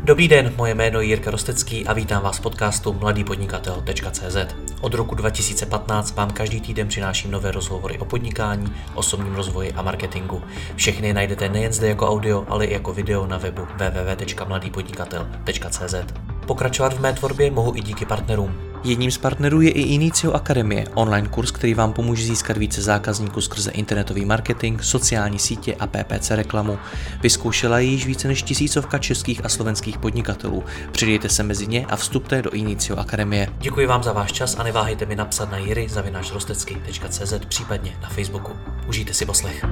Dobrý den, moje jméno je Jirka Rostecký a vítám vás v podcastu mladýpodnikatel.cz. Od roku 2015 vám každý týden přináším nové rozhovory o podnikání, osobním rozvoji a marketingu. Všechny najdete nejen zde jako audio, ale i jako video na webu www.mladýpodnikatel.cz. Pokračovat v mé tvorbě mohu i díky partnerům. Jedním z partnerů je i Inicio Akademie, online kurz, který vám pomůže získat více zákazníků skrze internetový marketing, sociální sítě a PPC reklamu. Vyzkoušela ji již více než 1000 českých a slovenských podnikatelů. Přidejte se mezi ně a vstupte do Inicio Akademie. Děkuji vám za váš čas a neváhejte mi napsat na jiry@rostecky.cz, případně na Facebooku. Užijte si poslech.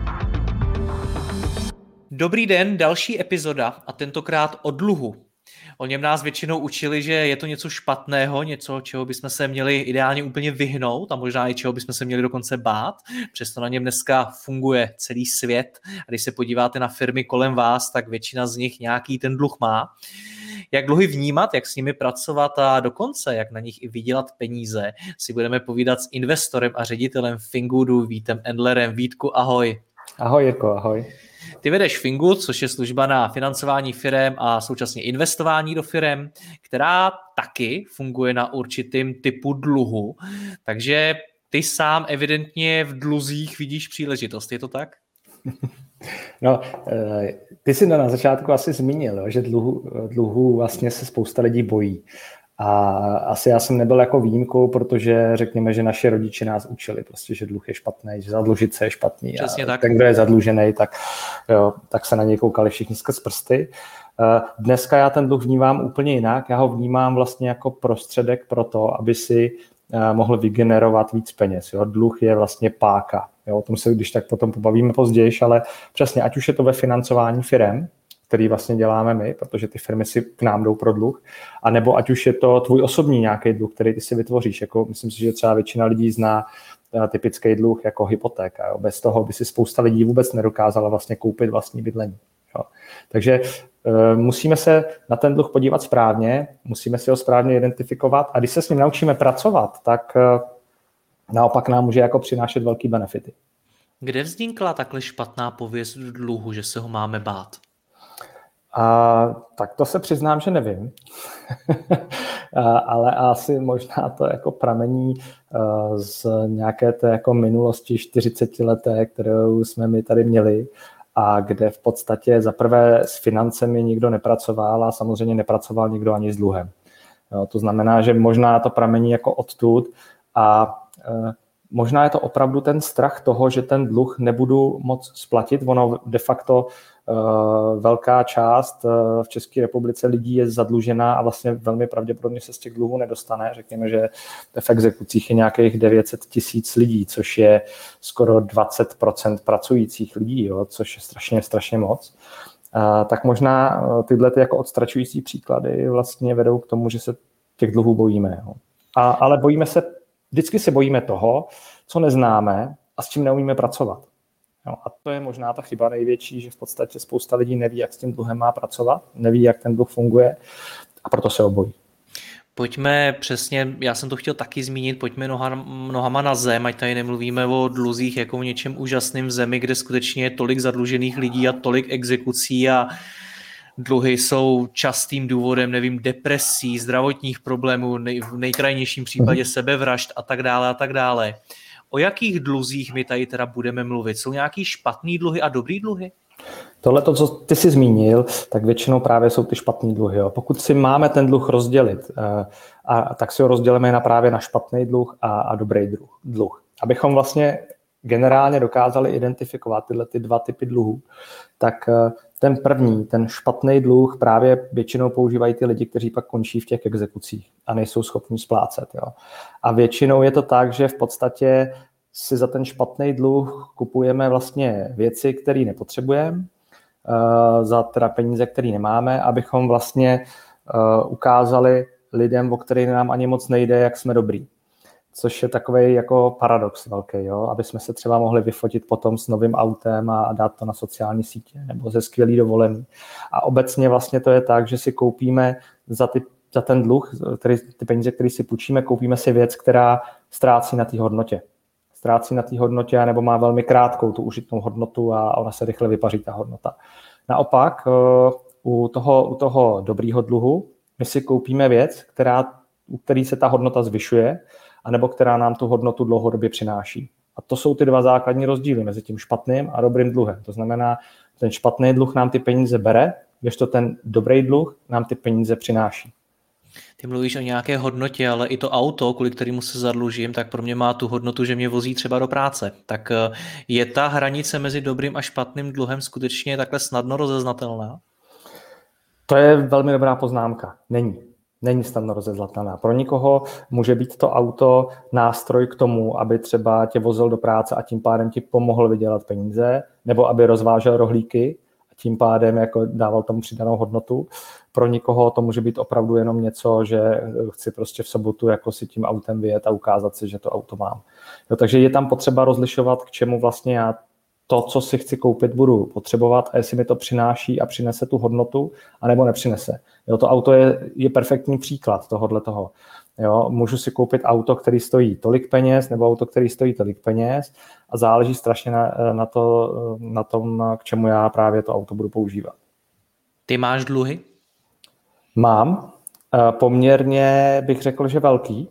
Dobrý den, další epizoda a tentokrát o dluhu. O něm nás většinou učili, že je to něco špatného, něco, čeho bychom se měli ideálně úplně vyhnout a možná i čeho bychom se měli dokonce bát. Přesto na něm dneska funguje celý svět. A když se podíváte na firmy kolem vás, tak většina z nich nějaký ten dluh má. Jak dluhy vnímat, jak s nimi pracovat a dokonce jak na nich i vydělat peníze, si budeme povídat s investorem a ředitelem Fingoodu Vítem Endlerem. Vítku, ahoj. Ahoj Jirko, ahoj. Ty vedeš Fingood, což je služba na financování firem a současně investování do firem, která taky funguje na určitým typu dluhu. Takže ty sám evidentně v dluzích vidíš příležitost, je to tak? No, ty jsi na začátku asi zmínil, že dluhu vlastně se spousta lidí bojí. A asi já jsem nebyl jako výjimkou, protože řekněme, že naši rodiče nás učili prostě, že dluh je špatný, že zadlužit se je špatný. Přesně a tak. Ten, kdo je zadlužený, tak se na něj koukali všichni skrz prsty. Dneska já ten dluh vnímám úplně jinak. Já ho vnímám vlastně jako prostředek pro to, aby si mohl vygenerovat víc peněz. Jo? Dluh je vlastně páka. Jo? O tom se když tak potom pobavíme později, ale přesně, ať už je to ve financování firem, který vlastně děláme my, protože ty firmy si k nám jdou pro dluh, anebo ať už je to tvůj osobní nějaký dluh, který ty si vytvoříš. Jako, myslím si, že třeba většina lidí zná typický dluh jako hypotéka. Jo. Bez toho by si spousta lidí vůbec nedokázala vlastně koupit vlastní bydlení. Jo. Takže musíme se na ten dluh podívat správně, musíme si ho správně identifikovat a když se s ním naučíme pracovat, tak naopak nám může jako přinášet velký benefity. Kde vznikla takhle špatná pověst dluhu, že se ho máme bát? Tak to se přiznám, že nevím, ale asi možná to jako pramení z nějaké té jako minulosti 40 leté, kterou jsme my tady měli a kde v podstatě zaprvé s financemi nikdo nepracoval a samozřejmě nepracoval nikdo ani s dluhem. Jo, to znamená, že možná to pramení jako odtud a možná je to opravdu ten strach toho, že ten dluh nebudu moc splatit. Ono de facto velká část v České republice lidí je zadlužená a vlastně velmi pravděpodobně se z těch dluhů nedostane. Řekněme, že v exekucích je nějakých 900 000 lidí, což je skoro 20% pracujících lidí, jo, což je strašně moc. Tak možná tyhle jako odstračující příklady vlastně vedou k tomu, že se těch dluhů bojíme. Jo. Ale vždycky se bojíme toho, co neznáme a s čím neumíme pracovat. No, a to je možná ta chyba největší, že v podstatě spousta lidí neví, jak s tím dluhem má pracovat, neví, jak ten dluh funguje a proto se ho bojí. Pojďme přesně, já jsem to chtěl taky zmínit, pojďme nohama na zem, ať tady nemluvíme o dluzích jako o něčem úžasným v zemi, kde skutečně je tolik zadlužených lidí a tolik exekucí a dluhy jsou častým důvodem, depresí, zdravotních problémů, v nejkrajnějším případě sebevražd a tak dále. O jakých dluzích my tady teda budeme mluvit? Jsou nějaký špatný dluhy a dobrý dluhy? Tohle, co ty jsi zmínil, tak většinou právě jsou ty špatný dluhy. Jo. Pokud si máme ten dluh rozdělit, tak si ho rozdělíme právě na špatný dluh a dobrý dluh. Abychom vlastně generálně dokázali identifikovat tyhle ty dva typy dluhů, tak ten první, ten špatný dluh právě většinou používají ty lidi, kteří pak končí v těch exekucích a nejsou schopni splácet. Jo. A většinou je to tak, že v podstatě si za ten špatný dluh kupujeme vlastně věci, které nepotřebujeme, za teda peníze, které nemáme, abychom vlastně ukázali lidem, o kterých nám ani moc nejde, jak jsme dobrý. Což je takový jako paradox velký, jo? Aby jsme se třeba mohli vyfotit potom s novým autem a dát to na sociální sítě nebo ze skvělý dovolený. A obecně vlastně to je tak, že si koupíme za ten dluh, ty peníze, které si půjčíme, koupíme si věc, která ztrácí na té hodnotě. Ztrácí na té hodnotě nebo má velmi krátkou tu užitnou hodnotu a ona se rychle vypaří, ta hodnota. Naopak, u toho dobrýho dluhu my si koupíme věc, u který se ta hodnota zvyšuje, anebo která nám tu hodnotu dlouhodobě přináší. A to jsou ty dva základní rozdíly mezi tím špatným a dobrým dluhem. To znamená, ten špatný dluh nám ty peníze bere, kdežto ten dobrý dluh nám ty peníze přináší. Ty mluvíš o nějaké hodnotě, ale i to auto, kvůli kterému se zadlužím, tak pro mě má tu hodnotu, že mě vozí třeba do práce. Tak je ta hranice mezi dobrým a špatným dluhem skutečně takhle snadno rozeznatelná? To je velmi dobrá poznámka. Není snadno rozeznatelná. Pro nikoho může být to auto nástroj k tomu, aby třeba tě vozil do práce a tím pádem ti pomohl vydělat peníze, nebo aby rozvážel rohlíky a tím pádem jako dával tomu přidanou hodnotu. Pro nikoho to může být opravdu jenom něco, že chci prostě v sobotu jako si tím autem vyjet a ukázat si, že to auto mám. Jo, takže je tam potřeba rozlišovat, k čemu vlastně já to, co si chci koupit, budu potřebovat a jestli mi to přináší a přinese tu hodnotu, anebo nepřinese. Jo, to auto je perfektní příklad tohoto. Jo, můžu si koupit auto, který stojí tolik peněz, nebo auto, který stojí tolik peněz a záleží strašně na tom, k čemu já právě to auto budu používat. Ty máš dluhy? Mám. Poměrně bych řekl, že velký.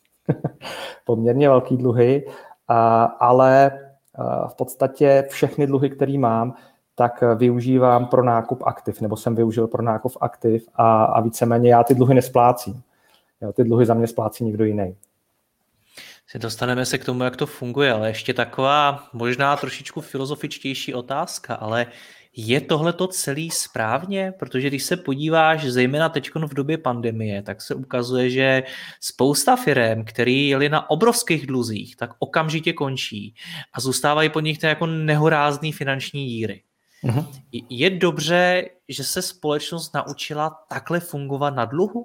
Poměrně velký dluhy, ale v podstatě všechny dluhy, které mám, tak využívám pro nákup aktiv, nebo jsem využil pro nákup aktiv a víceméně já ty dluhy nesplácím. Jo, ty dluhy za mě splácí někdo jiný. Dostaneme se k tomu, jak to funguje, ale ještě taková možná trošičku filozofičtější otázka, ale je tohleto celý správně? Protože když se podíváš zejména teď v době pandemie, tak se ukazuje, že spousta firem, který jeli na obrovských dluzích, tak okamžitě končí a zůstávají po nich jako nehorázný finanční díry. Mhm. Je dobře, že se společnost naučila takhle fungovat na dluhu?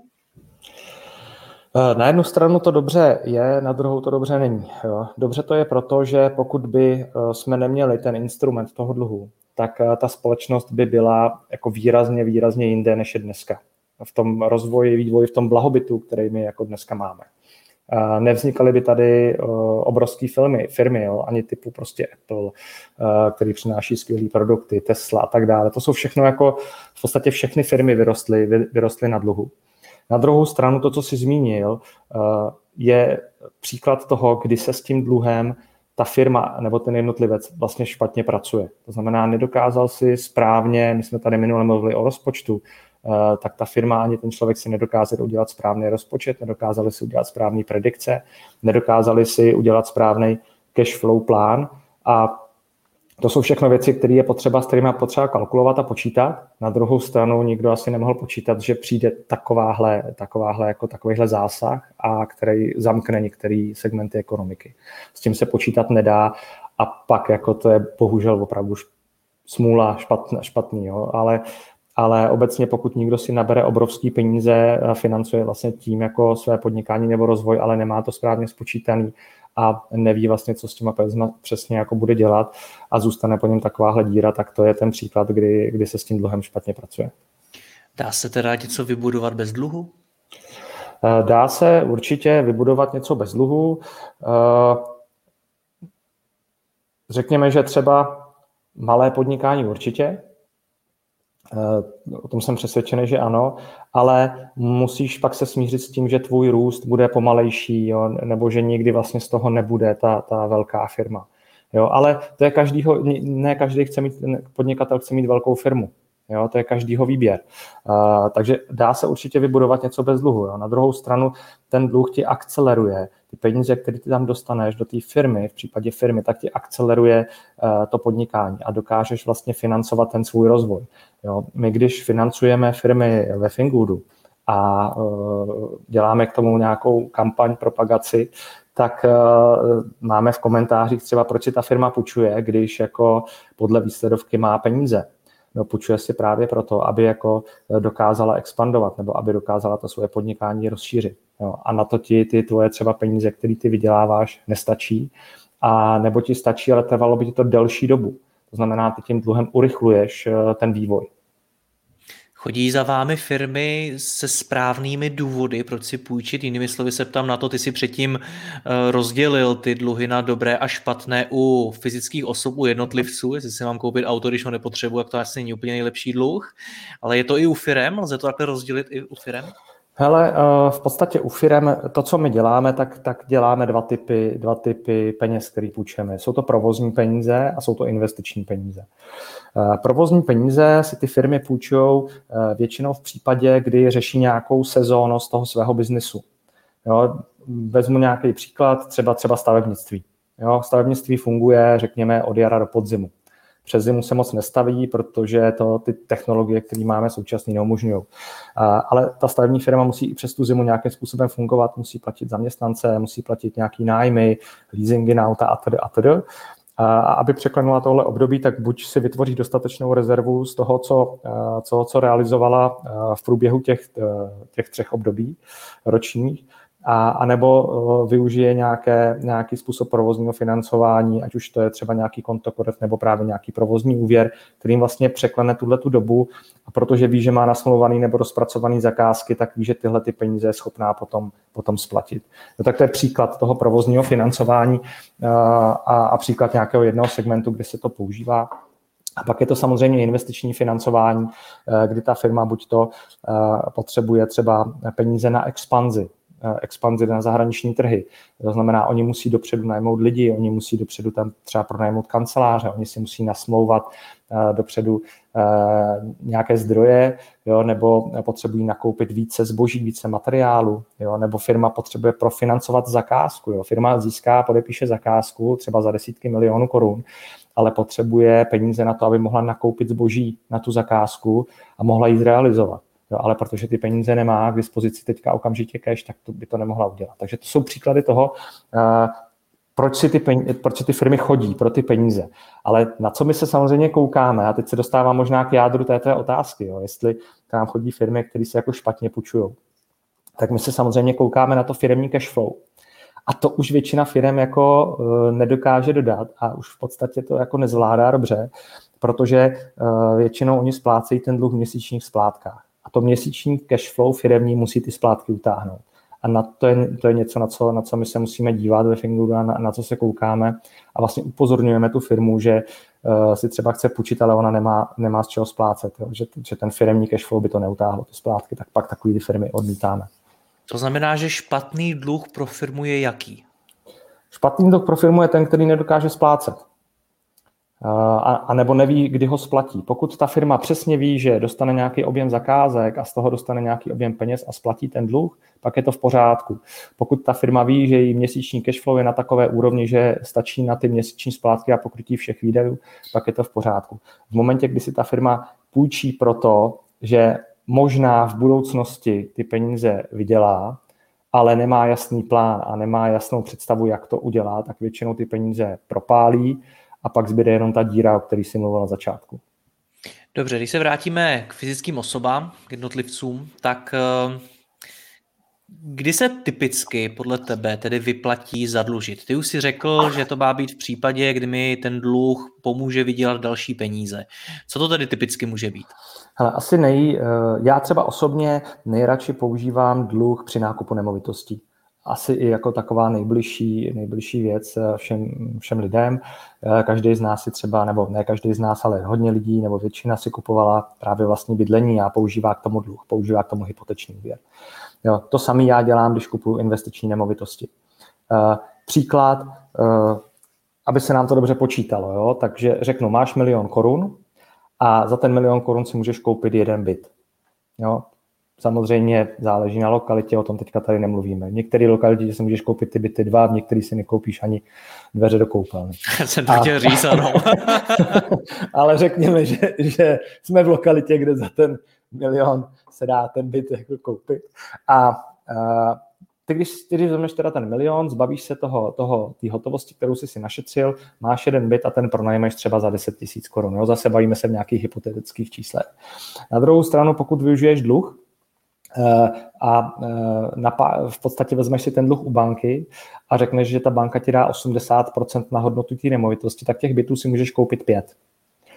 Na jednu stranu to dobře je, na druhou to dobře není. Jo. Dobře to je proto, že pokud by jsme neměli ten instrument toho dluhu, tak ta společnost by byla jako výrazně jinde, než je dneska. V tom rozvoji, vývoji, v tom blahobytu, který my jako dneska máme. Nevznikaly by tady obrovské firmy, jo, ani typu prostě Apple, který přináší skvělé produkty, Tesla a tak dále. To jsou všechno jako, v podstatě všechny firmy vyrostly na dluhu. Na druhou stranu to, co jsi zmínil, je příklad toho, kdy se s tím dluhem ta firma nebo ten jednotlivec vlastně špatně pracuje. To znamená, nedokázal si správně, my jsme tady minule mluvili o rozpočtu, tak ta firma ani ten člověk si nedokázal udělat správný rozpočet, nedokázali si udělat správný predikce, nedokázali si udělat správný cash flow plán a to jsou všechno věci, které je potřeba, s kterými potřeba kalkulovat a počítat. Na druhou stranu nikdo asi nemohl počítat, že přijde takovýhle zásah, a který zamkne některé segmenty ekonomiky. S tím se počítat nedá a pak jako to je bohužel opravdu smůla, špatný. Jo? Ale obecně pokud někdo si nabere obrovský peníze a financuje vlastně tím jako své podnikání nebo rozvoj, ale nemá to správně spočítaný a neví vlastně, co s těma penězma přesně jako bude dělat a zůstane po něm takováhle díra, tak to je ten příklad, kdy se s tím dluhem špatně pracuje. Dá se teda něco vybudovat bez dluhu? Dá se určitě vybudovat něco bez dluhu. Řekněme, že třeba malé podnikání určitě, o tom jsem přesvědčený, že ano, ale musíš pak se smířit s tím, že tvůj růst bude pomalejší, jo, nebo že nikdy vlastně z toho nebude ta velká firma. Jo, ale to je ne každý podnikatel chce mít velkou firmu. Jo, to je každýho výběr. Takže dá se určitě vybudovat něco bez dluhu. Jo. Na druhou stranu ten dluh ti akceleruje. Ty peníze, které ty tam dostaneš do té firmy, v případě firmy, tak ti akceleruje to podnikání a dokážeš vlastně financovat ten svůj rozvoj. Jo. My když financujeme firmy ve Fingoodu a děláme k tomu nějakou kampaň, propagaci, tak máme v komentářích třeba, proč si ta firma půjčuje, když jako podle výsledovky má peníze. No, půjčuje si právě proto, aby jako dokázala expandovat nebo aby dokázala to svoje podnikání rozšířit. Jo. A na to ty tvoje třeba peníze, které ty vyděláváš, nestačí. A nebo ti stačí, ale trvalo by ti to delší dobu. To znamená, ty tím dluhem urychluješ ten vývoj. Chodí za vámi firmy se správnými důvody, proč si půjčit? Jinými slovy se ptám na to, ty si předtím rozdělil ty dluhy na dobré a špatné u fyzických osob, u jednotlivců, jestli si mám koupit auto, když ho nepotřebuji, jak to asi není úplně nejlepší dluh, ale je to i u firem? Lze to takhle rozdělit i u firem? Hele, v podstatě u firem to, co my děláme, tak děláme dva typy peněz, které půjčeme. Jsou to provozní peníze a jsou to investiční peníze. Provozní peníze si ty firmy půjčují většinou v případě, kdy řeší nějakou sezónnost toho svého biznisu. Jo, vezmu nějaký příklad, třeba stavebnictví. Jo, stavebnictví funguje, řekněme, od jara do podzimu. Přes zimu se moc nestaví, protože to ty technologie, které máme současně, neumožňují. Ale ta stavební firma musí i přes tu zimu nějakým způsobem fungovat, musí platit zaměstnance, musí platit nějaký nájmy, leasingy na auta atd. A aby překlenula tohle období, tak buď si vytvoří dostatečnou rezervu z toho, co realizovala v průběhu těch 3 období ročních, a nebo využije nějaký způsob provozního financování, ať už to je třeba nějaký kontokorent nebo právě nějaký provozní úvěr, kterým vlastně překlene tuhletu dobu, a protože ví, že má nasmlouvaný nebo rozpracovaný zakázky, tak ví, že tyhle ty peníze je schopná potom splatit. No, tak to je příklad toho provozního financování a příklad nějakého jednoho segmentu, kde se to používá. A pak je to samozřejmě investiční financování, kdy ta firma buď to potřebuje třeba peníze na expanzi na zahraniční trhy. To znamená, oni musí dopředu najmout lidi, oni musí dopředu tam třeba pronajmout kanceláře, oni si musí nasmlouvat dopředu nějaké zdroje, jo, nebo potřebují nakoupit více zboží, více materiálu, jo, nebo firma potřebuje profinancovat zakázku. Jo. Firma podepíše zakázku třeba za desítky milionů korun, ale potřebuje peníze na to, aby mohla nakoupit zboží na tu zakázku a mohla ji zrealizovat. Jo, ale protože ty peníze nemá k dispozici teďka okamžitě cash, tak by to nemohla udělat. Takže to jsou příklady toho, proč si ty firmy chodí pro ty peníze. Ale na co my se samozřejmě koukáme, a teď se dostávám možná k jádru té otázky, jo, jestli k nám chodí firmy, které se jako špatně půjčují, tak my se samozřejmě koukáme na to firemní cash flow. A to už většina firem jako nedokáže dodat a už v podstatě to jako nezvládá dobře, protože většinou oni splácejí ten dluh v měsíčních splátkách. A to měsíční cash flow firemní musí ty splátky utáhnout. A to je něco, na co my se musíme dívat ve Fingood a na co se koukáme. A vlastně upozorňujeme tu firmu, že si třeba chce půjčit, ale ona nemá z čeho splácet. Jo? Že ten firemní cash flow by to neutáhlo, ty splátky, tak pak takový firmy odmítáme. To znamená, že špatný dluh pro firmu je jaký? Špatný dluh pro firmu je ten, který nedokáže splácet. A nebo neví, kdy ho splatí. Pokud ta firma přesně ví, že dostane nějaký objem zakázek a z toho dostane nějaký objem peněz a splatí ten dluh, pak je to v pořádku. Pokud ta firma ví, že její měsíční cashflow je na takové úrovni, že stačí na ty měsíční splátky a pokrytí všech výdajů, pak je to v pořádku. V momentě, kdy si ta firma půjčí proto, že možná v budoucnosti ty peníze vydělá, ale nemá jasný plán a nemá jasnou představu, jak to udělá, tak většinou ty peníze propálí a pak zbyde jenom ta díra, o které jsi mluvil na začátku. Dobře, když se vrátíme k fyzickým osobám, k jednotlivcům, tak kdy se typicky podle tebe tedy vyplatí zadlužit? Ty už si řekl, že to má být v případě, kdy mi ten dluh pomůže vydělat další peníze. Co to tedy typicky může být? Hele, já třeba osobně nejradši používám dluh při nákupu nemovitostí. Asi i jako taková nejbližší věc všem lidem. Každý z nás si třeba, nebo ne každý z nás, ale hodně lidí nebo většina si kupovala právě vlastní bydlení a používá k tomu dluh, používá k tomu hypoteční úvěr. Jo, to samé já dělám, když kupuju investiční nemovitosti. Příklad, aby se nám to dobře počítalo, jo? Takže řeknu, máš 1 000 000 korun a za ten 1 000 000 korun si můžeš koupit 1 byt. Jo? Samozřejmě záleží na lokalitě, o tom teďka tady nemluvíme. V některé lokalitě si můžeš koupit ty byty 2, v některých si nekoupíš ani dveře do koupelny. Jsem to chtěl říct, ano. Ale řekněme, že jsme v lokalitě, kde za ten 1 000 000 se dá ten byt jako koupit. A ty, když vezmeš teda ten 1 000 000, zbavíš se té hotovosti, kterou jsi si našetřil, máš 1 byt a ten pronajmeš třeba za 10 000 korun. Jo? Zase bavíme se v nějakých hypotetických číslech. Na druhou stranu, pokud využiješ dluh, a v podstatě vezmeš si ten dluh u banky a řekneš, že ta banka ti dá 80% na hodnotu té nemovitosti, tak těch bytů si můžeš koupit 5.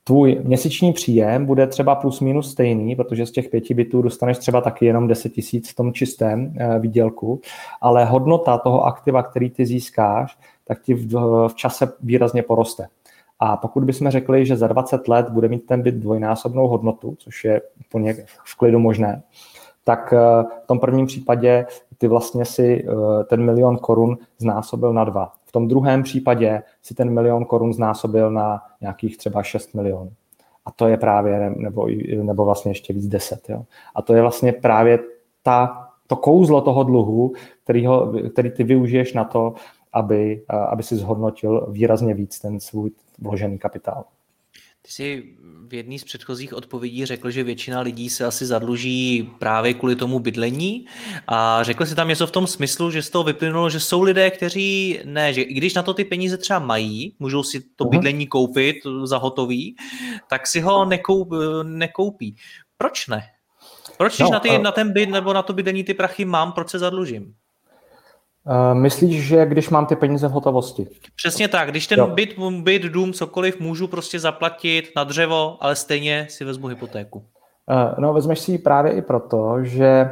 tvůj měsíční příjem bude třeba plus minus stejný, protože z těch 5 bytů dostaneš třeba taky jenom 10 000 v tom čistém výdělku, ale hodnota toho aktiva, který ty získáš, tak ti v čase výrazně poroste. A pokud bychom řekli, že za 20 let bude mít ten byt dvojnásobnou hodnotu, což je úplně v klidu možné, tak v tom prvním případě ty vlastně si ten 1 000 000 korun znásobil na 2. V tom druhém případě si ten 1 000 000 korun znásobil na nějakých třeba 6 milionů. A to je právě, nebo vlastně ještě víc 10. Jo. A to je vlastně právě to kouzlo toho dluhu, který ty využiješ na to, aby si zhodnotil výrazně víc ten svůj vložený kapitál. Ty jsi v jedné z předchozích odpovědí řekl, že většina lidí se asi zadluží právě kvůli tomu bydlení a řekl jsi tam něco v tom smyslu, že z toho vyplynulo, že jsou lidé, kteří ne, že i když na to ty peníze třeba mají, můžou si to bydlení koupit za hotový, tak si ho nekoupí. Proč ne? Proč když na ten byt nebo na to bydlení ty prachy mám, proč se zadlužím? Myslíš, že když mám ty peníze v hotovosti? Přesně tak, když ten byt, dům, cokoliv můžu prostě zaplatit na dřevo, ale stejně si vezmu hypotéku. No, vezmeš si ji právě i proto, že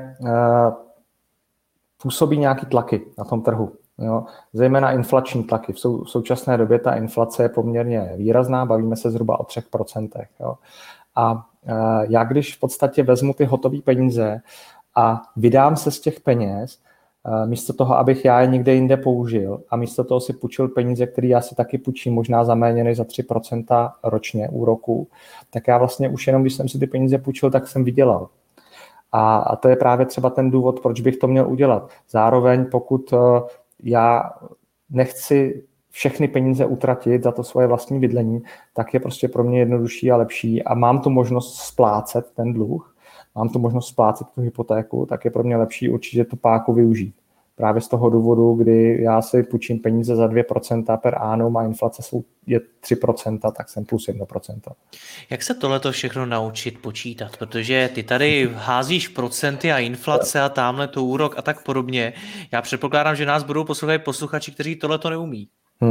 působí nějaký tlaky na tom trhu. Jo? Zejména inflační tlaky. V současné době ta inflace je poměrně výrazná, bavíme se zhruba o 3%. Jo? A já když v podstatě vezmu ty hotové peníze a vydám se z těch peněz, místo toho, abych já je někde jinde použil a místo toho si půjčil peníze, které já si taky půjčím možná za méně než za 3% ročně úroku, tak já vlastně už jenom, když jsem si ty peníze půjčil, tak jsem vydělal. A to je právě třeba ten důvod, proč bych to měl udělat. Zároveň, pokud já nechci všechny peníze utratit za to svoje vlastní bydlení, tak je prostě pro mě jednodušší a lepší a mám tu možnost splácet ten dluh, mám tu možnost splácet tu hypotéku, tak je pro mě lepší určitě tu páku využít. Právě z toho důvodu, kdy já si půjčím peníze za 2% per annum a inflace je 3%, tak jsem plus 1%. Jak se tohleto všechno naučit počítat? Protože ty tady házíš procenty a inflace a tamhle to úrok a tak podobně. Já předpokládám, že nás budou poslouchat posluchači, kteří tohleto neumí.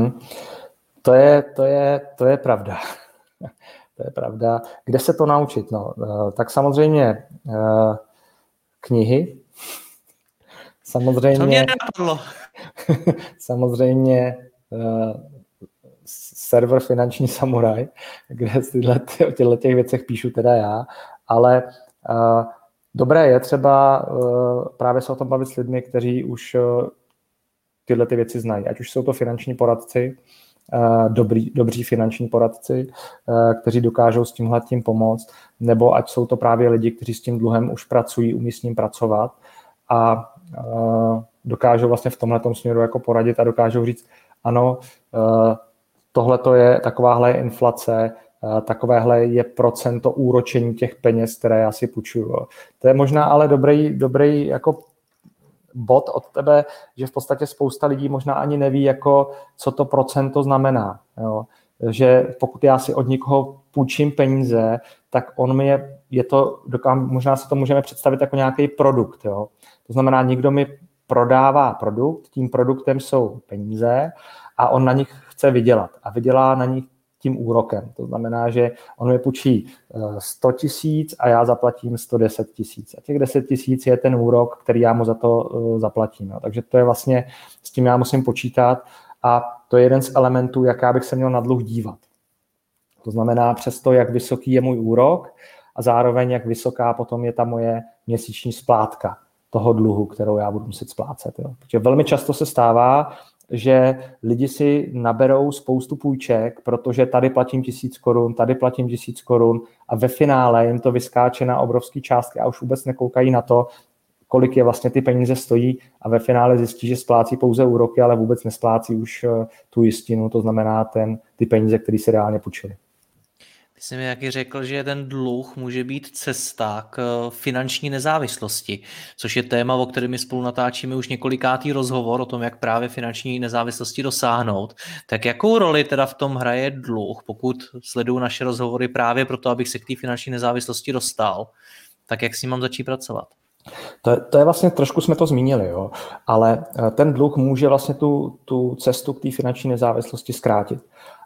To je pravda. To je pravda. Kde se to naučit? No, tak samozřejmě knihy. Samozřejmě, to mě napadlo. Samozřejmě server Finanční samuraj, kde o těchto těch věcech píšu teda já, ale dobré je třeba právě se o tom bavit s lidmi, kteří už tyhle ty věci znají. Ať už jsou to finanční poradci, dobří finanční poradci, kteří dokážou s tímhletím pomoct, nebo ať jsou to právě lidi, kteří s tím dluhem už pracují, umí s ním pracovat a dokážou vlastně v tomhletom směru jako poradit a dokážou říct, ano, tohleto je, takováhle je inflace, takovéhle je procento úročení těch peněz, které já si půjčuju. To je možná ale dobrý jako bod od tebe, že v podstatě spousta lidí možná ani neví, jako, co to procento znamená. Jo. Že pokud já si od někoho půjčím peníze, tak on je to, možná si to můžeme představit jako nějaký produkt. Jo. To znamená, někdo mi prodává produkt, tím produktem jsou peníze a on na nich chce vydělat a vydělá na nich tím úrokem. To znamená, že on mi půjčí 100 000 a já zaplatím 110 000. A těch 10 000 je ten úrok, který já mu za to zaplatím. No. Takže to je vlastně, s tím já musím počítat a to je jeden z elementů, jak já bych se měl na dluh dívat. To znamená přes to, jak vysoký je můj úrok a zároveň, jak vysoká potom je ta moje měsíční splátka toho dluhu, kterou já budu muset splácet. Jo. Protože velmi často se stává, že lidi si naberou spoustu půjček, protože tady platím 1000 korun, tady platím 1000 korun a ve finále jim to vyskáče na obrovský částky a už vůbec nekoukají na to, kolik je vlastně ty peníze stojí a ve finále zjistí, že splácí pouze úroky, ale vůbec nesplácí už tu jistinu, to znamená ty peníze, které si reálně půjčili. Ty jsi mi taky řekl, že ten dluh může být cesta k finanční nezávislosti, což je téma, o kterém my spolu natáčíme už několikátý rozhovor o tom, jak právě finanční nezávislosti dosáhnout. Tak jakou roli teda v tom hraje dluh, pokud sleduju naše rozhovory právě proto, abych se k té finanční nezávislosti dostal, tak jak s ním mám začít pracovat? To je vlastně, trošku jsme to zmínili, jo, ale ten dluh může vlastně tu cestu k té finanční nezávislosti zkrátit.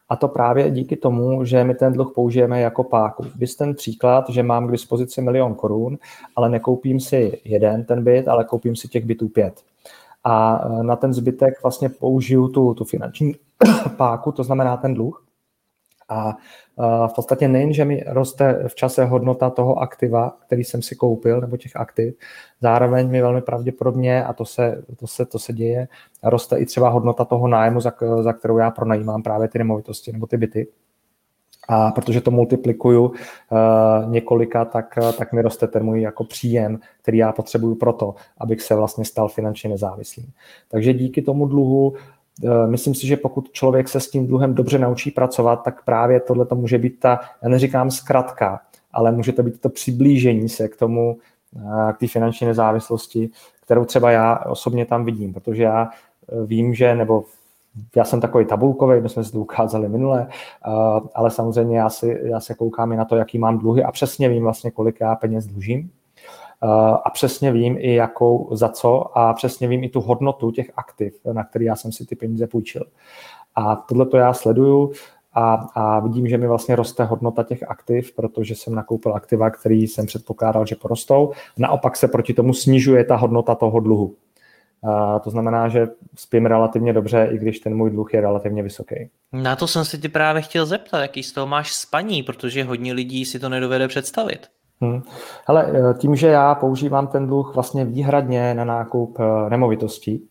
A to právě díky tomu, že my ten dluh použijeme jako páku. Vys ten příklad, že mám k dispozici 1 000 000 korun, ale nekoupím si jeden ten byt, ale koupím si těch bytů 5. A na ten zbytek vlastně použiju tu finanční páku, to znamená ten dluh. A v podstatě nejen, že mi roste v čase hodnota toho aktiva, který jsem si koupil, nebo těch aktiv, zároveň mi velmi pravděpodobně, a to se děje, roste i třeba hodnota toho nájmu, za kterou já pronajímám právě ty nemovitosti nebo ty byty. A protože to multiplikuju několika, tak mi roste ten můj jako příjem, který já potřebuju proto, abych se vlastně stal finančně nezávislým. Takže díky tomu dluhu myslím si, že pokud člověk se s tím dluhem dobře naučí pracovat, tak právě tohle to může být já neříkám zkratka, ale může to být to přiblížení se k tomu, k té finanční nezávislosti, kterou třeba já osobně tam vidím, protože já vím, že, nebo já jsem takový tabulkový, my jsme si to ukázali minule, ale samozřejmě já se koukám i na to, jaký mám dluhy a přesně vím vlastně, kolik já peněz dlužím. A přesně vím i jakou, za co a přesně vím i tu hodnotu těch aktiv, na který já jsem si ty peníze půjčil. A tohle to já sleduju a vidím, že mi vlastně roste hodnota těch aktiv, protože jsem nakoupil aktiva, který jsem předpokládal, že porostou. Naopak se proti tomu snižuje ta hodnota toho dluhu. To znamená, že spím relativně dobře, i když ten můj dluh je relativně vysoký. Na to jsem se ti právě chtěl zeptat, jaký z toho máš spaní, protože hodně lidí si to nedovede představit. Hele, tím, že já používám ten dluh vlastně výhradně na nákup nemovitostí,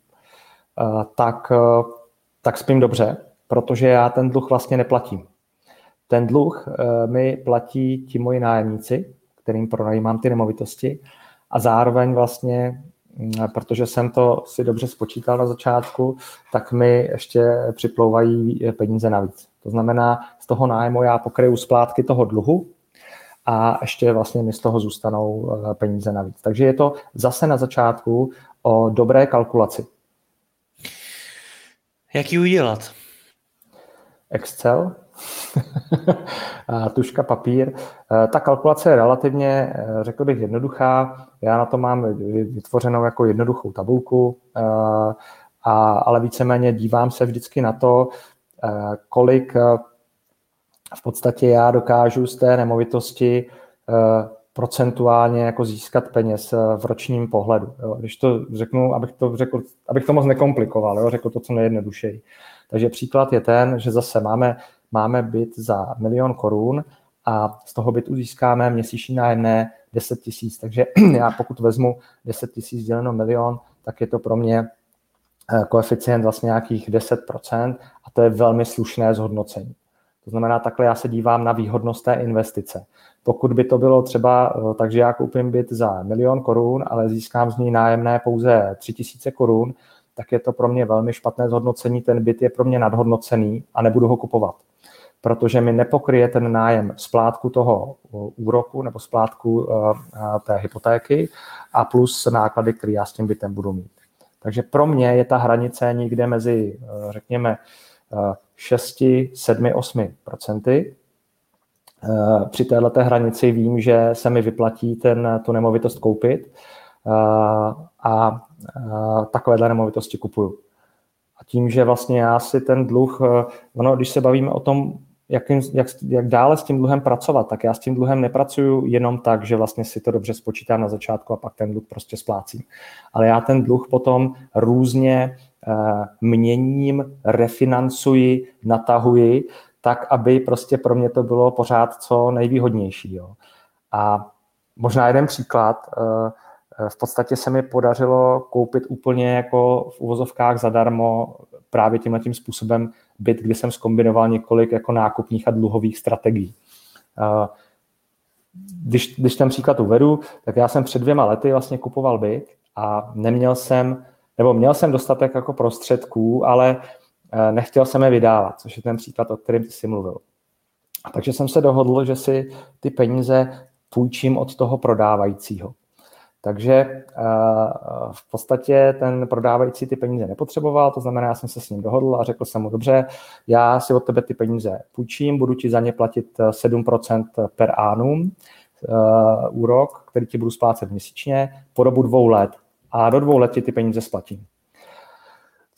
tak spím dobře, protože já ten dluh vlastně neplatím. Ten dluh mi platí ti moji nájemníci, kterým pronajímám ty nemovitosti a zároveň vlastně, protože jsem to si dobře spočítal na začátku, tak mi ještě připlouvají peníze navíc. To znamená, z toho nájmu já pokryju splátky toho dluhu, a ještě vlastně mi z toho zůstanou peníze navíc. Takže je to zase na začátku o dobré kalkulaci. Jak ji udělat? Excel, tužka, papír. Ta kalkulace je relativně, řekl bych, jednoduchá. Já na to mám vytvořenou jako jednoduchou tabulku, ale víceméně dívám se vždycky na to, kolik v podstatě já dokážu z té nemovitosti procentuálně jako získat peněz v ročním pohledu. Jo. Když to řeknu, abych to moc nekomplikoval, jo, řekl to co nejjednodušeji. Takže příklad je ten, že zase máme byt za 1 000 000 korun a z toho bytu získáme měsíční nájemné 10 000. Takže já pokud vezmu 10 000 děleno 1 000 000, tak je to pro mě koeficient vlastně nějakých 10% a to je velmi slušné zhodnocení. To znamená, takhle já se dívám na výhodnost té investice. Pokud by to bylo třeba, takže já koupím byt za 1 000 000 korun, ale získám z něj nájemné pouze 3 000 korun, tak je to pro mě velmi špatné zhodnocení, ten byt je pro mě nadhodnocený a nebudu ho kupovat. Protože mi nepokryje ten nájem splátku toho úroku nebo splátku té hypotéky a plus náklady, které já s tím bytem budu mít. Takže pro mě je ta hranice někde mezi, řekněme, 6, 7, 8%. Při této hranici vím, že se mi vyplatí tu nemovitost koupit a takovéhle nemovitosti kupuju. A tím, že vlastně já si ten dluh, když se bavíme o tom, jak dále s tím dluhem pracovat, tak já s tím dluhem nepracuju jenom tak, že vlastně si to dobře spočítám na začátku a pak ten dluh prostě splácím. Ale já ten dluh potom různě měním, refinancuji, natahuji, tak, aby prostě pro mě to bylo pořád co nejvýhodnější. Jo. A možná jeden příklad, v podstatě se mi podařilo koupit úplně jako v uvozovkách zadarmo právě tímhletím způsobem byt, kdy jsem zkombinoval několik jako nákupních a dluhových strategií. Když ten příklad uvedu, tak já jsem před 2 lety vlastně kupoval byt a měl jsem dostatek jako prostředků, ale nechtěl jsem je vydávat, což je ten příklad, o kterém ty jsi mluvil. A takže jsem se dohodl, že si ty peníze půjčím od toho prodávajícího. Takže v podstatě ten prodávající ty peníze nepotřeboval, to znamená, já jsem se s ním dohodl a řekl jsem mu, dobře, já si od tebe ty peníze půjčím, budu ti za ně platit 7% per annum úrok, který ti budu splácet měsíčně po dobu 2 let a do 2 let ti ty peníze splatím.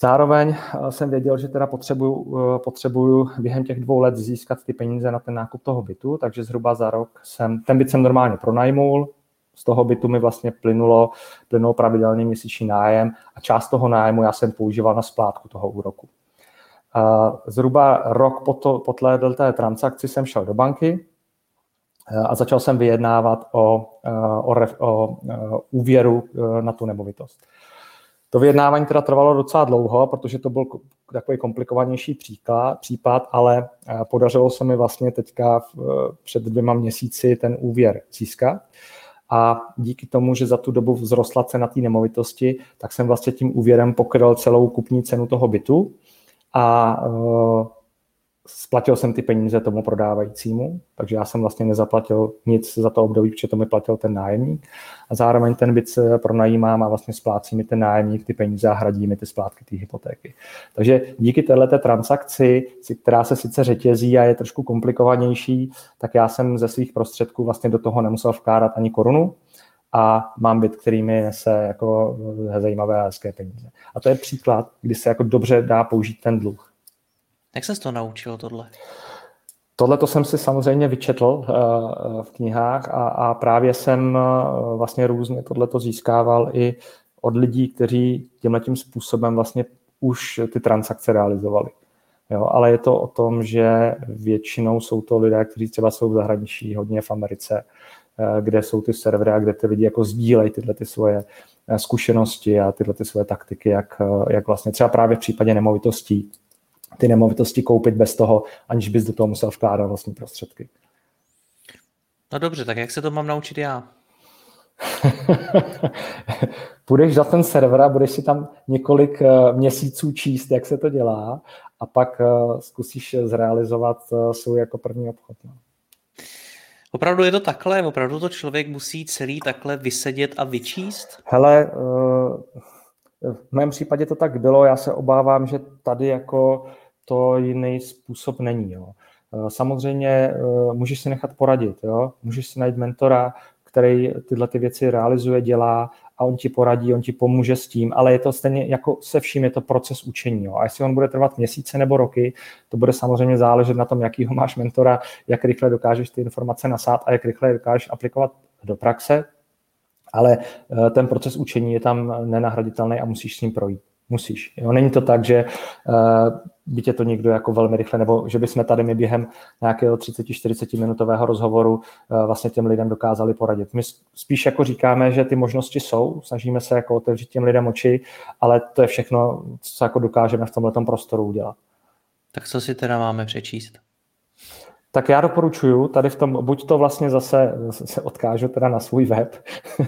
Zároveň jsem věděl, že teda potřebuju během těch 2 let získat ty peníze na ten nákup toho bytu, takže zhruba za rok ten byt jsem normálně pronajmul, z toho bytu mi vlastně plynul pravidelný měsíční nájem a část toho nájmu já jsem používal na splátku toho úroku. Zhruba rok po té transakci jsem šel do banky a začal jsem vyjednávat o úvěru na tu nemovitost. To vyjednávání teda trvalo docela dlouho, protože to byl takový komplikovanější případ, ale podařilo se mi vlastně teďka před 2 měsíci ten úvěr získat. A díky tomu, že za tu dobu vzrostla cena té nemovitosti, tak jsem vlastně tím úvěrem pokryl celou kupní cenu toho bytu a splatil jsem ty peníze tomu prodávajícímu, takže já jsem vlastně nezaplatil nic za to období, protože to mi platil ten nájemník. A zároveň ten byt pronajímám a vlastně splácí mi ten nájemník ty peníze a hradí mi ty splátky té hypotéky. Takže díky této transakci, která se sice řetězí a je trošku komplikovanější, tak já jsem ze svých prostředků vlastně do toho nemusel vkládat ani korunu a mám byt, který mi nese jako zajímavé a hezké peníze. A to je příklad, kdy se jako dobře dá použít ten dluh. Jak ses to naučil tohle? Tohle to jsem si samozřejmě vyčetl v knihách a právě jsem vlastně různě tohleto získával i od lidí, kteří tímhletím způsobem vlastně už ty transakce realizovali. Jo, ale je to o tom, že většinou jsou to lidé, kteří třeba jsou v zahraničí, hodně v Americe, kde jsou ty servery a kde ty lidi jako sdílejí tyhle ty svoje zkušenosti a tyhle ty svoje taktiky, jak vlastně třeba právě v případě nemovitostí ty nemovitosti koupit bez toho, aniž bys do toho musel vkládat vlastní prostředky. No dobře, tak jak se to mám naučit já? Půjdeš za ten server a budeš si tam několik měsíců číst, jak se to dělá a pak zkusíš zrealizovat svůj jako první obchod. No. Opravdu je to takhle? Opravdu to člověk musí celý takhle vysedět a vyčíst? Hele, v mém případě to tak bylo, já se obávám, že tady jako to jiný způsob není. Jo. Samozřejmě můžeš si nechat poradit, jo. Můžeš si najít mentora, který tyhle ty věci realizuje, dělá a on ti poradí, on ti pomůže s tím, ale je to stejně jako se vším, je to proces učení. Jo. A jestli on bude trvat měsíce nebo roky, to bude samozřejmě záležet na tom, jakýho máš mentora, jak rychle dokážeš ty informace nasát a jak rychle dokážeš aplikovat do praxe, ale ten proces učení je tam nenahraditelný a musíš s ním projít. Musíš. Jo? Není to tak, že by tě to někdo jako velmi rychle, nebo že bychom tady my během nějakého 30-40 minutového rozhovoru vlastně těm lidem dokázali poradit. My spíš jako říkáme, že ty možnosti jsou, snažíme se jako otevřít těm lidem oči, ale to je všechno, co jako dokážeme v tomhletom prostoru udělat. Tak co si teda máme přečíst? Tak já doporučuji tady v tom, buď to vlastně zase se odkážu teda na svůj web,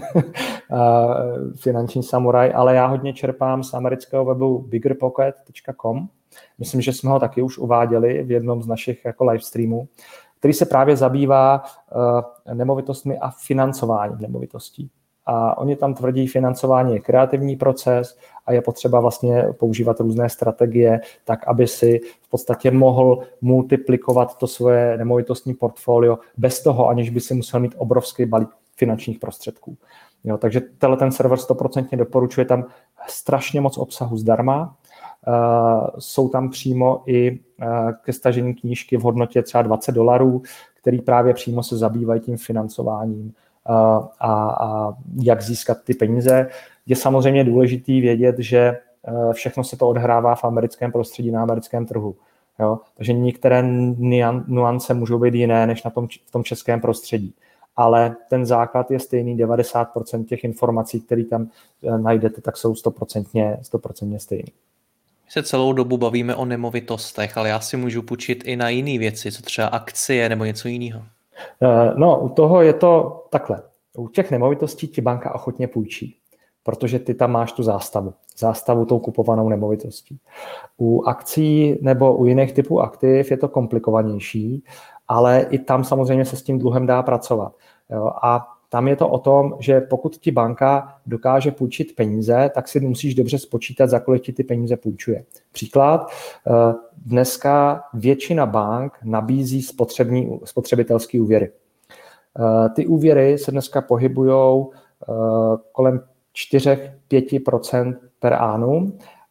Finanční samuraj, ale já hodně čerpám z amerického webu biggerpocket.com. Myslím, že jsme ho taky už uváděli v jednom z našich jako live streamů, který se právě zabývá nemovitostmi a financováním nemovitostí. A oni tam tvrdí, financování je kreativní proces a je potřeba vlastně používat různé strategie, tak aby si v podstatě mohl multiplikovat to svoje nemovitostní portfolio bez toho, aniž by si musel mít obrovský balík finančních prostředků. Jo, takže ten server 100% doporučuje, tam strašně moc obsahu zdarma. Jsou tam přímo i ke stažení knížky v hodnotě třeba $20, který právě přímo se zabývají tím financováním a jak získat ty peníze. Je samozřejmě důležitý vědět, že všechno se to odhrává v americkém prostředí, na americkém trhu. Jo? Takže některé nuance můžou být jiné než v tom českém prostředí. Ale ten základ je stejný, 90% těch informací, které tam najdete, tak jsou 100% stejný. My se celou dobu bavíme o nemovitostech, ale já si můžu půjčit i na jiné věci, co třeba akcie nebo něco jiného. No, u toho je to takhle. U těch nemovitostí ti banka ochotně půjčí, protože ty tam máš tu zástavu tou kupovanou nemovitostí. U akcí nebo u jiných typů aktiv je to komplikovanější, ale i tam samozřejmě se s tím dluhem dá pracovat. Jo? A tam je to o tom, že pokud ti banka dokáže půjčit peníze, tak si musíš dobře spočítat, za kolik ti ty peníze půjčuje. Příklad, dneska většina bank nabízí spotřebitelské úvěry. Ty úvěry se dneska pohybujou kolem 4-5% per annum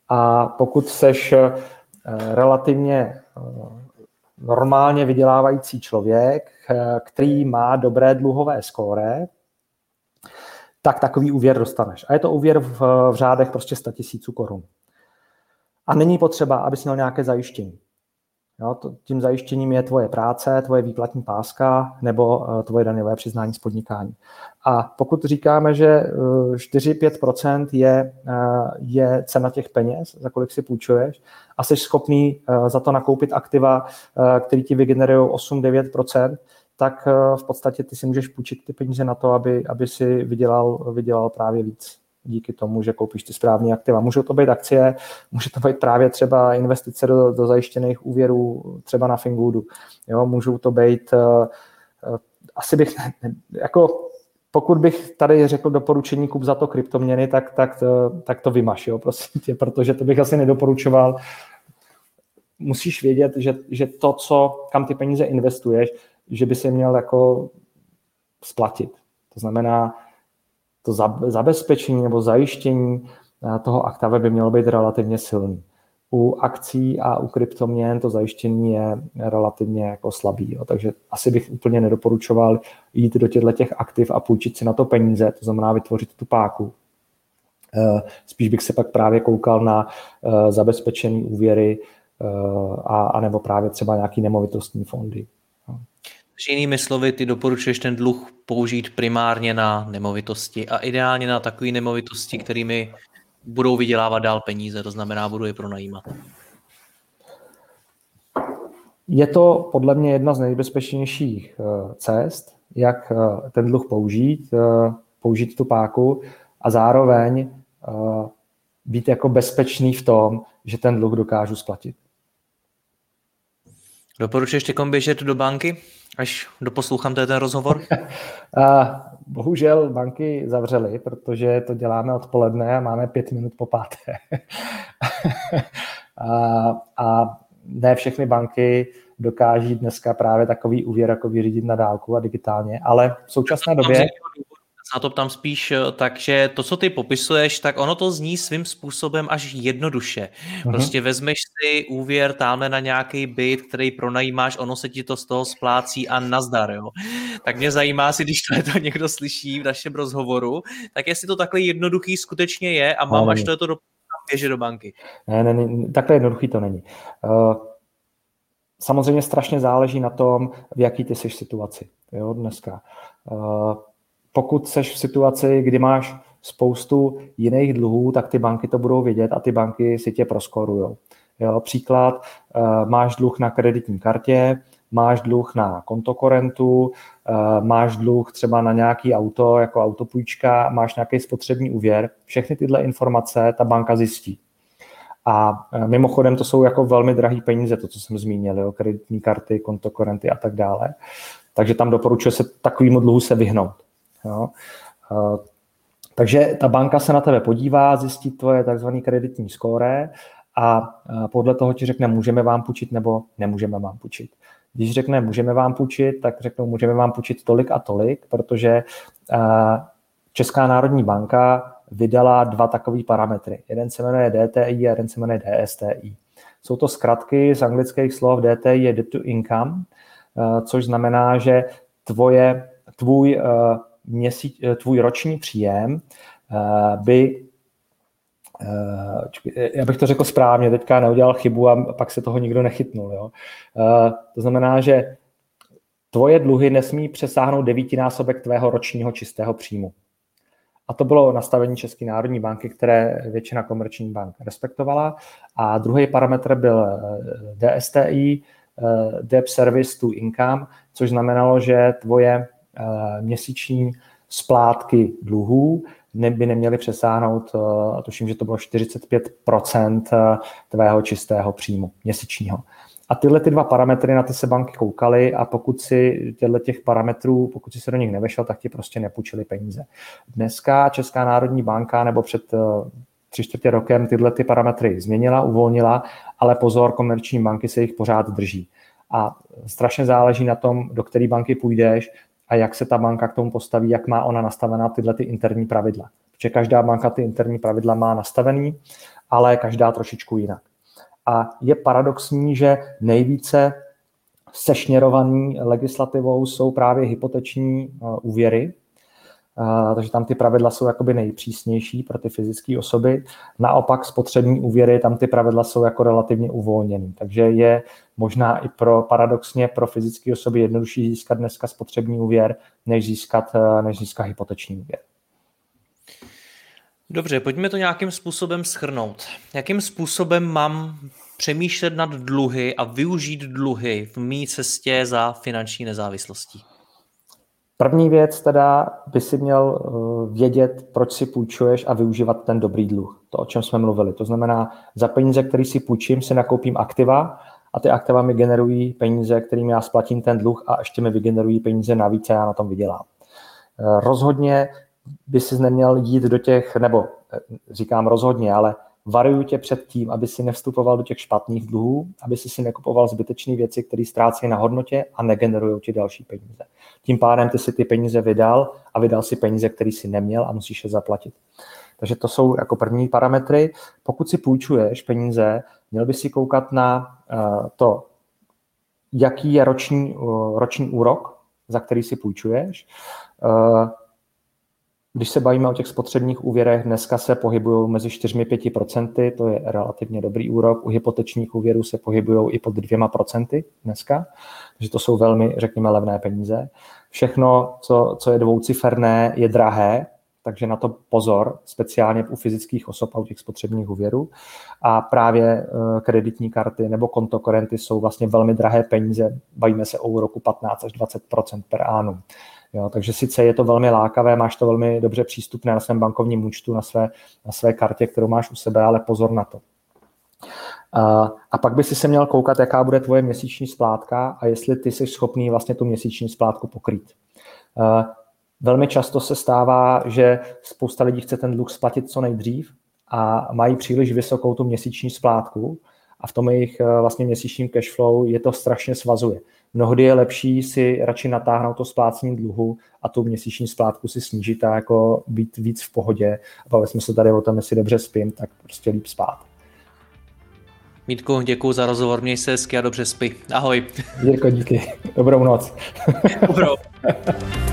A pokud seš relativně normálně vydělávající člověk, který má dobré dluhové skóre, tak takový úvěr dostaneš. A je to úvěr v řádech prostě 100 000 korun. A není potřeba, abys měl nějaké zajištění. Jo, tím zajištěním je tvoje práce, tvoje výplatní páska nebo tvoje daňové přiznání z podnikání. A pokud říkáme, že 4-5% je cena těch peněz, za kolik si půjčuješ, a jsi schopný za to nakoupit aktiva, které ti vygenerují 8-9%, tak v podstatě ty si můžeš půjčit ty peníze na to, aby si vydělal právě víc. Díky tomu, že koupíš ty správné aktiva. Můžou to být akcie, může to být právě třeba investice do zajištěných úvěrů, třeba na Finwoodu. Jo, můžou to být, asi bych, jako pokud bych tady řekl doporučení kup za to kryptoměny, tak to vymaš, jo, prosím tě, protože to bych asi nedoporučoval. Musíš vědět, že to, kam ty peníze investuješ, že by si měl jako splatit. To znamená, to zabezpečení nebo zajištění toho aktiva by mělo být relativně silný. U akcí a u kryptoměn to zajištění je relativně jako slabý. Jo. Takže asi bych úplně nedoporučoval jít do těch aktiv a půjčit si na to peníze, to znamená vytvořit tu páku. Spíš bych se pak právě koukal na zabezpečený úvěry a nebo právě třeba nějaký nemovitostní fondy. Jinými slovy, ty doporučuješ ten dluh použít primárně na nemovitosti a ideálně na takové nemovitosti, kterými budou vydělávat dál peníze, to znamená, budu je pronajímat. Je to podle mě jedna z nejbezpečnějších cest, jak ten dluh použít tu páku a zároveň být jako bezpečný v tom, že ten dluh dokážu splatit. Doporučuješ těkom běžet do banky, až doposlouchám ten rozhovor? Bohužel banky zavřely, protože to děláme odpoledne a máme 5 minut po 5. A ne všechny banky dokáží dneska právě takový úvěr jako vyřídit na dálku a digitálně, ale v současné době... Na to ptám spíš, takže to, co ty popisuješ, tak ono to zní svým způsobem až jednoduše. Prostě vezmeš si úvěr tamhle na nějaký byt, který pronajímáš, ono se ti to z toho splácí a nazdar, jo. Tak mě zajímá si, když to někdo slyší v našem rozhovoru, tak jestli to takhle jednoduchý skutečně je a mám až to běže do banky. Ne, takhle jednoduchý to není. Samozřejmě strašně záleží na tom, v jaký ty jsi situaci, jo, dneska. Pokud seš v situaci, kdy máš spoustu jiných dluhů, tak ty banky to budou vidět a ty banky si tě proskorujou. Jo, příklad, máš dluh na kreditní kartě, máš dluh na kontokorentu, máš dluh třeba na nějaký auto, jako autopůjčka, máš nějaký spotřební úvěr. Všechny tyhle informace ta banka zjistí. A mimochodem to jsou jako velmi drahý peníze, to, co jsem zmínil, jo, kreditní karty, kontokorenty a tak dále. Takže tam doporučuje se takovému dluhu se vyhnout. Jo. Takže ta banka se na tebe podívá, zjistí tvoje takzvané kreditní skóre a podle toho ti řekne, můžeme vám půjčit nebo nemůžeme vám půjčit. Když řekne, můžeme vám půjčit, tak řeknou, můžeme vám půjčit tolik a tolik, protože Česká národní banka vydala 2 takové parametry. Jeden se jmenuje DTI a jeden se jmenuje DSTI. Jsou to zkratky z anglických slov. DTI je debt to income, což znamená, že tvůj roční příjem by, já bych to řekl správně, teďka neudělal chybu a pak se toho nikdo nechytnul. Jo. To znamená, že tvoje dluhy nesmí přesáhnout 9násobek tvého ročního čistého příjmu. A to bylo nastavení České národní banky, které většina komerčních bank respektovala. A druhý parametr byl DSTI, Debt Service to Income, což znamenalo, že tvoje měsíční splátky dluhů by neměly přesáhnout, tuším, že to bylo 45% tvého čistého příjmu měsíčního. A tyhle ty 2 parametry, na ty se banky koukaly a pokud si těch parametrů, pokud si se do nich nevešel, tak ti prostě nepůjčili peníze. Dneska Česká národní banka nebo před 3/4 rokem tyhle ty parametry změnila, uvolnila, ale pozor, komerční banky se jich pořád drží. A strašně záleží na tom, do které banky půjdeš a jak se ta banka k tomu postaví, jak má ona nastavená tyhle ty interní pravidla. Protože každá banka ty interní pravidla má nastavený ale každá trošičku jinak. A je paradoxní, že nejvíce sešněrovaný legislativou jsou právě hypoteční úvěry, takže tam ty pravidla jsou jakoby nejpřísnější pro ty fyzické osoby. Naopak spotřební úvěry, tam ty pravidla jsou jako relativně uvolněný. Takže je možná i paradoxně pro fyzické osoby jednodušší získat dneska spotřební úvěr, než získat hypoteční úvěr. Dobře, pojďme to nějakým způsobem shrnout. Jakým způsobem mám přemýšlet nad dluhy a využít dluhy v mé cestě za finanční nezávislostí? První věc teda by si měl vědět, proč si půjčuješ a využívat ten dobrý dluh. To, o čem jsme mluvili. To znamená, za peníze, které si půjčím, si nakoupím aktiva a ty aktiva mi generují peníze, kterými já splatím ten dluh a ještě mi vygenerují peníze navíc a já na tom vydělám. Rozhodně by si neměl jít do těch, nebo říkám rozhodně, ale varuju tě před tím, aby si nevstupoval do těch špatných dluhů, aby si nekupoval zbytečné věci, které ztrácejí na hodnotě a negenerují ti další peníze. Tím pádem ty si ty peníze vydal a vydal si peníze, které si neměl a musíš je zaplatit. Takže to jsou jako první parametry. Pokud si půjčuješ peníze, měl by si koukat na to, jaký je roční úrok, za který si půjčuješ. Když se bavíme o těch spotřebních úvěrech, dneska se pohybují mezi 4-5%, to je relativně dobrý úrok. U hypotečních úvěrů se pohybují i pod 2% dneska, takže to jsou velmi, řekněme, levné peníze. Všechno, co je dvouciferné, je drahé, takže na to pozor, speciálně u fyzických osob a u těch spotřebních úvěrů. A právě kreditní karty nebo kontokorenty jsou vlastně velmi drahé peníze, bavíme se o úroku 15 až 20% per annum. Jo, takže sice je to velmi lákavé, máš to velmi dobře přístupné na svém bankovním účtu, na své kartě, kterou máš u sebe, ale pozor na to. A pak by si se měl koukat, jaká bude tvoje měsíční splátka a jestli ty jsi schopný vlastně tu měsíční splátku pokrýt. Velmi často se stává, že spousta lidí chce ten dluh splatit co nejdřív a mají příliš vysokou tu měsíční splátku a v tom jejich vlastně měsíčním cashflow je to strašně svazuje. Mnohdy je lepší si radši natáhnout to splácení dluhu a tu měsíční splátku si snížit a jako být víc v pohodě. A bavili jsme se tady o tom, jestli dobře spím, tak prostě líp spát. Mítku, děkuji za rozhovor, měj se hezky a dobře spí. Ahoj. Jirko, díky. Dobrou noc. Dobrou.